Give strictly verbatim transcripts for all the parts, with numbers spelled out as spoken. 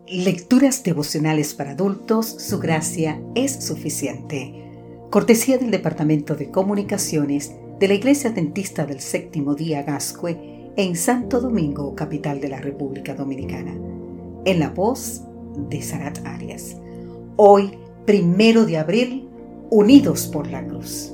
Lecturas devocionales para adultos, su gracia es suficiente. Cortesía del Departamento de Comunicaciones de la Iglesia Adventista del Séptimo Día Gascue en Santo Domingo, capital de la República Dominicana. En la voz de Sarat Arias. Hoy, primero de abril, unidos por la cruz.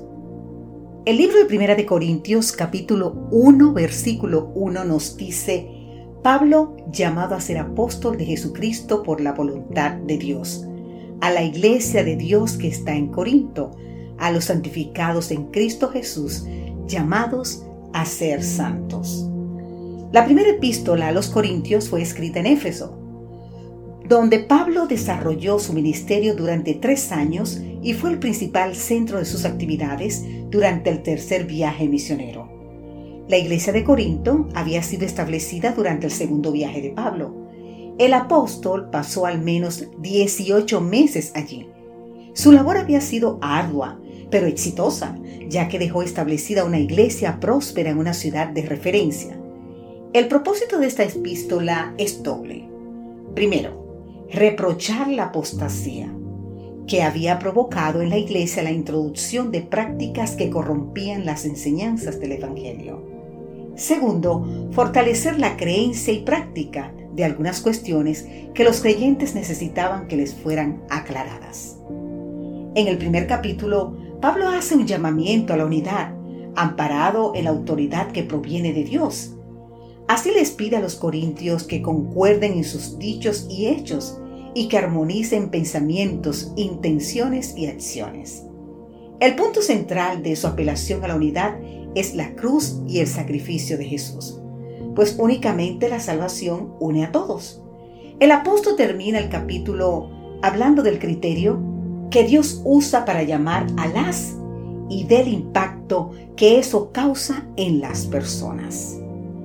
El libro de Primera de Corintios, capítulo uno, versículo uno, nos dice: Pablo, llamado a ser apóstol de Jesucristo por la voluntad de Dios, a la iglesia de Dios que está en Corinto, a los santificados en Cristo Jesús, llamados a ser santos. La primera epístola a los Corintios fue escrita en Éfeso, donde Pablo desarrolló su ministerio durante tres años y fue el principal centro de sus actividades durante el tercer viaje misionero. La iglesia de Corinto había sido establecida durante el segundo viaje de Pablo. El apóstol pasó al menos dieciocho meses allí. Su labor había sido ardua, pero exitosa, ya que dejó establecida una iglesia próspera en una ciudad de referencia. El propósito de esta epístola es doble. Primero, reprochar la apostasía que había provocado en la iglesia la introducción de prácticas que corrompían las enseñanzas del Evangelio. Segundo, fortalecer la creencia y práctica de algunas cuestiones que los creyentes necesitaban que les fueran aclaradas. En el primer capítulo, Pablo hace un llamamiento a la unidad, amparado en la autoridad que proviene de Dios. Así les pide a los corintios que concuerden en sus dichos y hechos y que armonicen pensamientos, intenciones y acciones. El punto central de su apelación a la unidad es la cruz y el sacrificio de Jesús, pues únicamente la salvación une a todos. El apóstol termina el capítulo hablando del criterio que Dios usa para llamar a las y del impacto que eso causa en las personas.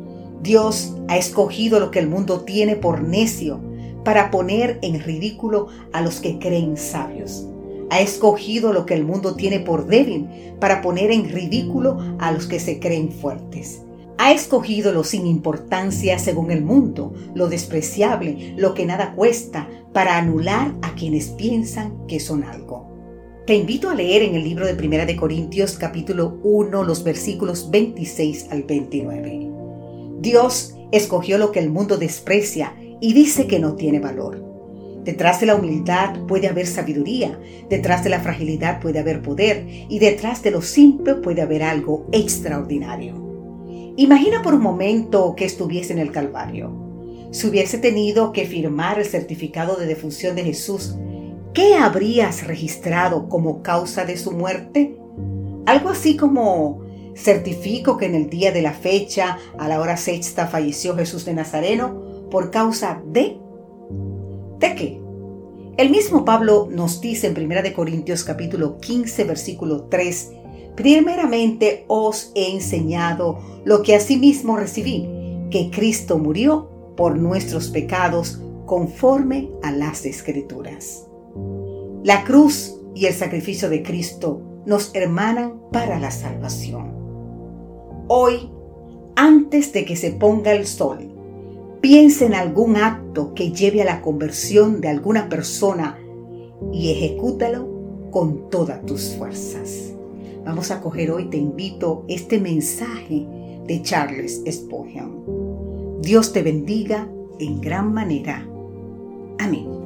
Dios ha escogido lo que el mundo tiene por necio para poner en ridículo a los que creen sabios. Ha escogido lo que el mundo tiene por débil para poner en ridículo a los que se creen fuertes. Ha escogido lo sin importancia según el mundo, lo despreciable, lo que nada cuesta, para anular a quienes piensan que son algo. Te invito a leer en el libro de Primera de Corintios capítulo uno los versículos veintiséis al veintinueve. Dios escogió lo que el mundo desprecia y dice que no tiene valor. Detrás de la humildad puede haber sabiduría, detrás de la fragilidad puede haber poder y detrás de lo simple puede haber algo extraordinario. Imagina por un momento que estuviese en el Calvario. Si hubiese tenido que firmar el certificado de defunción de Jesús, ¿qué habrías registrado como causa de su muerte? Algo así como: certifico que en el día de la fecha, a la hora sexta, falleció Jesús de Nazareno por causa de... ¿De qué? El mismo Pablo nos dice en Primera de Corintios capítulo quince, versículo tres: primeramente os he enseñado lo que asimismo recibí, que Cristo murió por nuestros pecados conforme a las Escrituras. La cruz y el sacrificio de Cristo nos hermanan para la salvación. Hoy, antes de que se ponga el sol, piensa en algún acto que lleve a la conversión de alguna persona y ejecútalo con todas tus fuerzas. Vamos a coger hoy, te invito, este mensaje de Charles Spurgeon. Dios te bendiga en gran manera. Amén.